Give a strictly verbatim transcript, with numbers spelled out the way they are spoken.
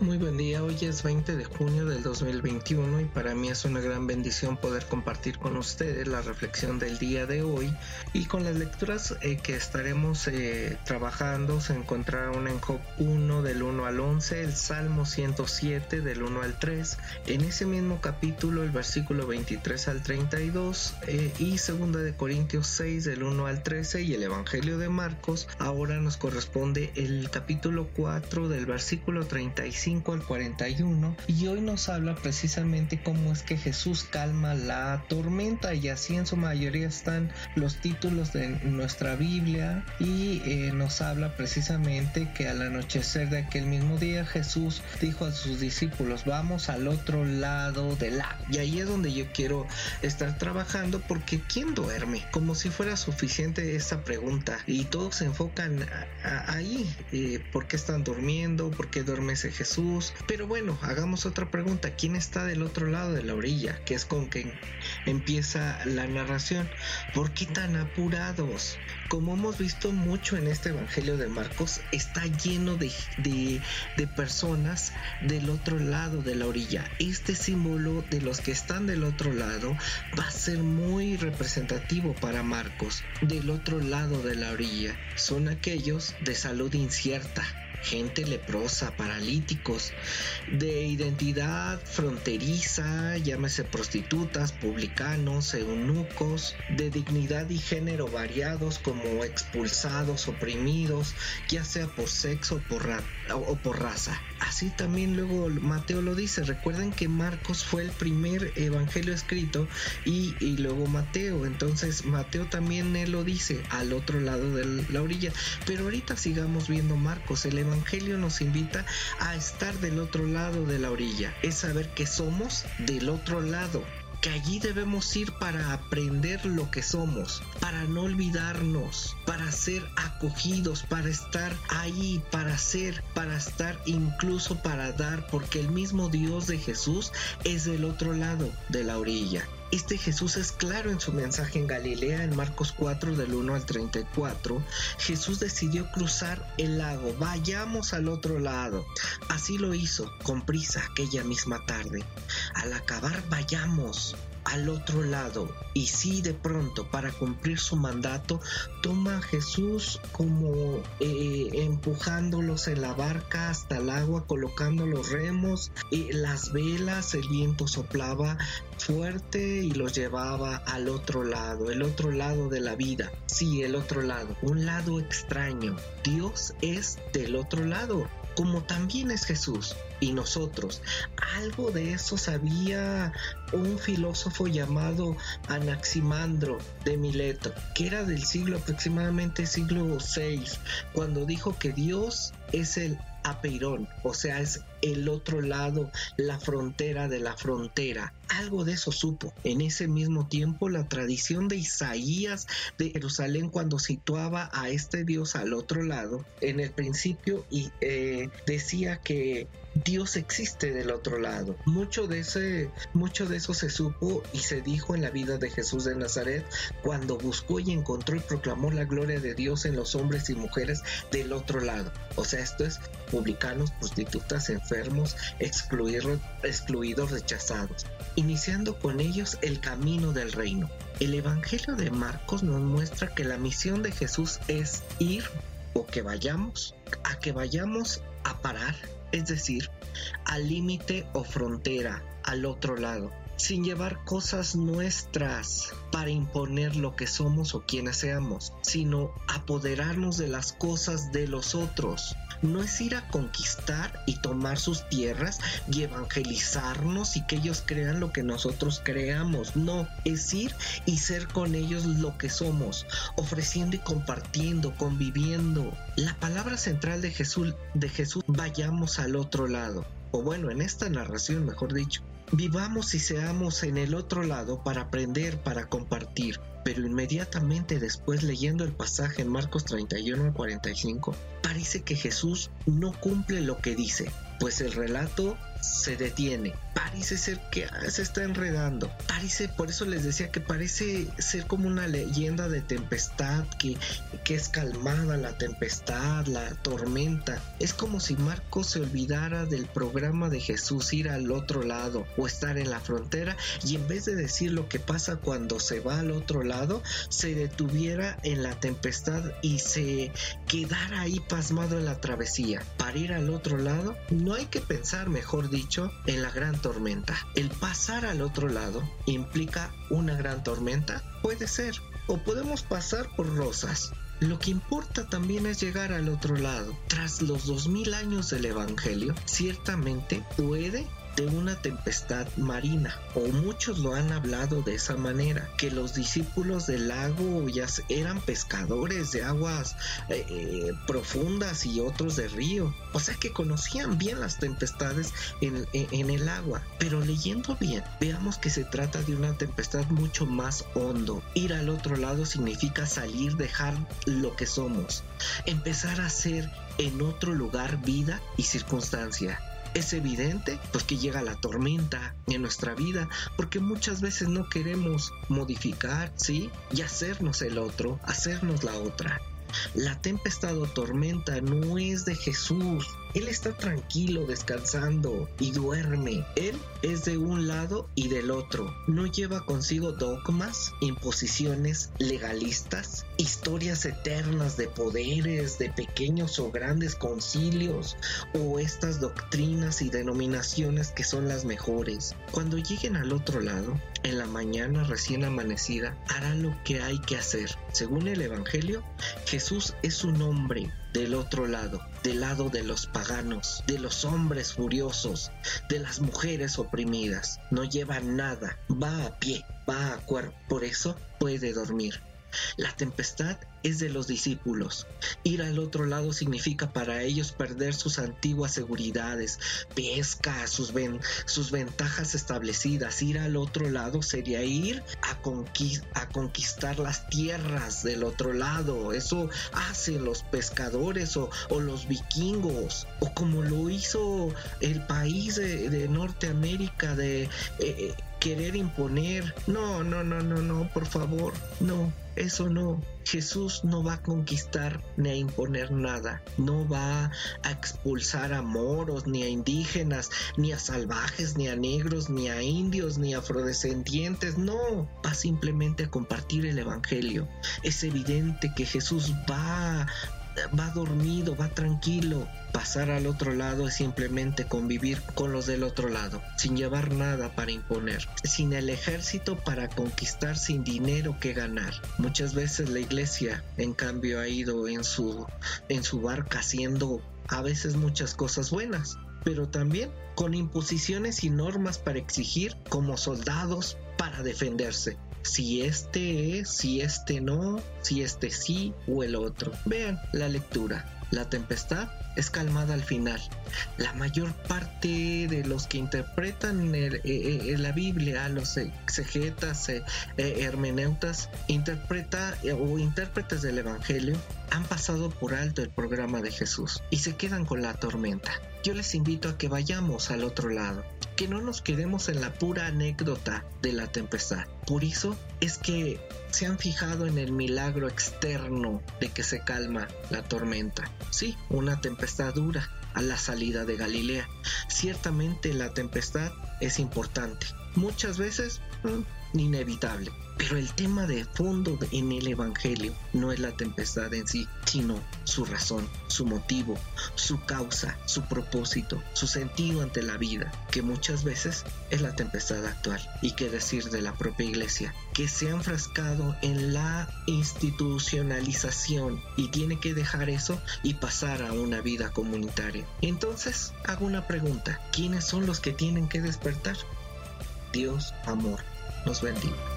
Muy buen día, hoy es veinte de junio del dos mil veintiuno y para mí es una gran bendición poder compartir con ustedes la reflexión del día de hoy, y con las lecturas eh, que estaremos eh, trabajando se encontrarán en Job uno del uno al once, el Salmo ciento siete del uno al tres, en ese mismo capítulo el versículo veintitrés al treinta y dos eh, y segunda de Corintios seis del uno al trece, y el Evangelio de Marcos ahora nos corresponde el capítulo cuatro del versículo treinta y cinco al cuarenta y uno, y hoy nos habla precisamente cómo es que Jesús calma la tormenta, y así en su mayoría están los títulos de nuestra Biblia, y eh, nos habla precisamente que al anochecer de aquel mismo día Jesús dijo a sus discípulos: vamos al otro lado del lago. Y ahí es donde yo quiero estar trabajando, porque ¿quién duerme? Como si fuera suficiente esta pregunta, y todos se enfocan a, a, ahí, eh, ¿por qué están durmiendo? ¿Por qué duerme ese Jesús? Pero bueno, hagamos otra pregunta: ¿quién está del otro lado de la orilla? Que es con quien empieza la narración. ¿Por qué tan apurados? Como hemos visto mucho en este Evangelio de Marcos, está lleno de, de, de personas del otro lado de la orilla. Este símbolo de los que están del otro lado va a ser muy representativo para Marcos. Del otro lado de la orilla son aquellos de salud incierta, gente leprosa, paralíticos, de identidad fronteriza, llámese prostitutas, publicanos, eunucos, de dignidad y género variados, como expulsados, oprimidos, ya sea por sexo o por, ra- o por raza. Así también luego Mateo lo dice. Recuerden que Marcos fue el primer evangelio escrito y, y luego Mateo. Entonces Mateo también él lo dice, al otro lado de la orilla. Pero ahorita sigamos viendo Marcos. El evangelio nos invita a estar del otro lado de la orilla. Es saber que somos del otro lado, que allí debemos ir para aprender lo que somos, para no olvidarnos, para ser acogidos, para estar ahí, para ser, para estar, incluso para dar, porque el mismo Dios de Jesús es del otro lado de la orilla. Este Jesús es claro en su mensaje en Galilea, en Marcos cuatro del uno al treinta y cuatro. Jesús decidió cruzar el lago. Vayamos al otro lado. Así lo hizo con prisa aquella misma tarde. Al acabar, vayamos al otro lado. Y sí, de pronto, para cumplir su mandato, toma a Jesús como eh, empujándolos en la barca hasta el agua, colocando los remos, eh, las velas, el viento soplaba fuerte y los llevaba al otro lado, el otro lado de la vida. Sí, el otro lado, un lado extraño. Dios es del otro lado, como también es Jesús. Y nosotros, algo de eso sabía un filósofo llamado Anaximandro de Mileto, que era del siglo aproximadamente siglo seis, cuando dijo que Dios es el apeirón, o sea, es el otro lado, la frontera de la frontera. Algo de eso supo. En ese mismo tiempo, la tradición de Isaías de Jerusalén, cuando situaba a este Dios al otro lado, en el principio y eh, decía que Dios existe del otro lado. Mucho de ese, mucho de eso se supo y se dijo en la vida de Jesús de Nazaret, cuando buscó y encontró y proclamó la gloria de Dios en los hombres y mujeres del otro lado. O sea, esto es publicanos, prostitutas, enfermos, excluidos, excluidos, rechazados, iniciando con ellos el camino del reino. El Evangelio de Marcos nos muestra que la misión de Jesús es ir, o que vayamos, a que vayamos a parar, es decir, al límite o frontera, al otro lado, sin llevar cosas nuestras para imponer lo que somos o quienes seamos, sino apoderarnos de las cosas de los otros. No es ir a conquistar y tomar sus tierras y evangelizarnos y que ellos crean lo que nosotros creamos. No, es ir y ser con ellos lo que somos, ofreciendo y compartiendo, conviviendo. La palabra central de Jesús, de Jesús, vayamos al otro lado. O bueno, en esta narración, mejor dicho, vivamos y seamos en el otro lado para aprender, para compartir. Pero inmediatamente después, leyendo el pasaje en Marcos treinta y uno al cuarenta y cinco, parece que Jesús no cumple lo que dice, pues el relato se detiene. Parece ser que ah, se está enredando. Parece, por eso les decía que parece ser como una leyenda de tempestad, que, que es calmada la tempestad, la tormenta. Es como si Marcos se olvidara del programa de Jesús, ir al otro lado o estar en la frontera, y en vez de decir lo que pasa cuando se va al otro lado, se detuviera en la tempestad y se quedara ahí pasmado en la travesía. Para ir al otro lado, no hay que pensar, mejor dicho, en la gran tormenta. El pasar al otro lado implica una gran tormenta, puede ser, o podemos pasar por rosas. Lo que importa también es llegar al otro lado. Tras los dos mil años del Evangelio, ciertamente puede de una tempestad marina, o muchos lo han hablado de esa manera, que los discípulos del lago ya eran pescadores de aguas eh, eh, profundas y otros de río, o sea que conocían bien las tempestades en, en, en el agua. Pero leyendo bien, veamos que se trata de una tempestad mucho más hondo. Ir al otro lado significa salir, dejar lo que somos, empezar a ser en otro lugar vida y circunstancia. Es evidente pues que llega la tormenta en nuestra vida, porque muchas veces no queremos modificar, ¿sí? Y hacernos el otro, hacernos la otra. La tempestad o tormenta no es de Jesús. Él está tranquilo, descansando y duerme. Él es de un lado y del otro. No lleva consigo dogmas, imposiciones legalistas, historias eternas de poderes, de pequeños o grandes concilios, o estas doctrinas y denominaciones que son las mejores. Cuando lleguen al otro lado, en la mañana recién amanecida, hará lo que hay que hacer. Según el Evangelio, Jesús es un hombre del otro lado, del lado de los paganos, de los hombres furiosos, de las mujeres oprimidas. No lleva nada, va a pie, va a cuerpo, por eso puede dormir. La tempestad es de los discípulos. Ir al otro lado significa para ellos perder sus antiguas seguridades, pesca, sus, ven, sus ventajas establecidas. Ir al otro lado sería ir a, conquist, a conquistar las tierras del otro lado. Eso hacen los pescadores o, o los vikingos, o como lo hizo el país de, de Norteamérica de eh, eh, querer imponer. No, no, no, no, no, por favor, no. Eso no. Jesús no va a conquistar ni a imponer nada. No va a expulsar a moros, ni a indígenas, ni a salvajes, ni a negros, ni a indios, ni a afrodescendientes. No, va simplemente a compartir el Evangelio. Es evidente que Jesús va... va dormido, va tranquilo. Pasar al otro lado es simplemente convivir con los del otro lado, sin llevar nada para imponer, sin el ejército para conquistar, sin dinero que ganar. Muchas veces la iglesia, en cambio, ha ido en su, en su barca haciendo a veces muchas cosas buenas, pero también con imposiciones y normas para exigir, como soldados para defenderse. Si este es, si este no, si este sí o el otro. Vean la lectura. La tempestad es calmada al final. La mayor parte de los que interpretan el, eh, la Biblia, los exegetas, eh, eh, hermeneutas, interpreta eh, o intérpretes del Evangelio, han pasado por alto el programa de Jesús y se quedan con la tormenta. Yo les invito a que vayamos al otro lado, que no nos quedemos en la pura anécdota de la tempestad. Por eso es que se han fijado en el milagro externo de que se calma la tormenta. Sí, una tempestad dura a la salida de Galilea. Ciertamente la tempestad es importante, muchas veces mmm, inevitable. Pero el tema de fondo en el Evangelio no es la tempestad en sí, sino su razón, su motivo, su causa, su propósito, su sentido ante la vida, que muchas veces es la tempestad actual. Y qué decir de la propia iglesia, que se ha enfrascado en la institucionalización y tiene que dejar eso y pasar a una vida comunitaria. Entonces, hago una pregunta: ¿quiénes son los que tienen que despertar? Dios, amor, nos bendiga.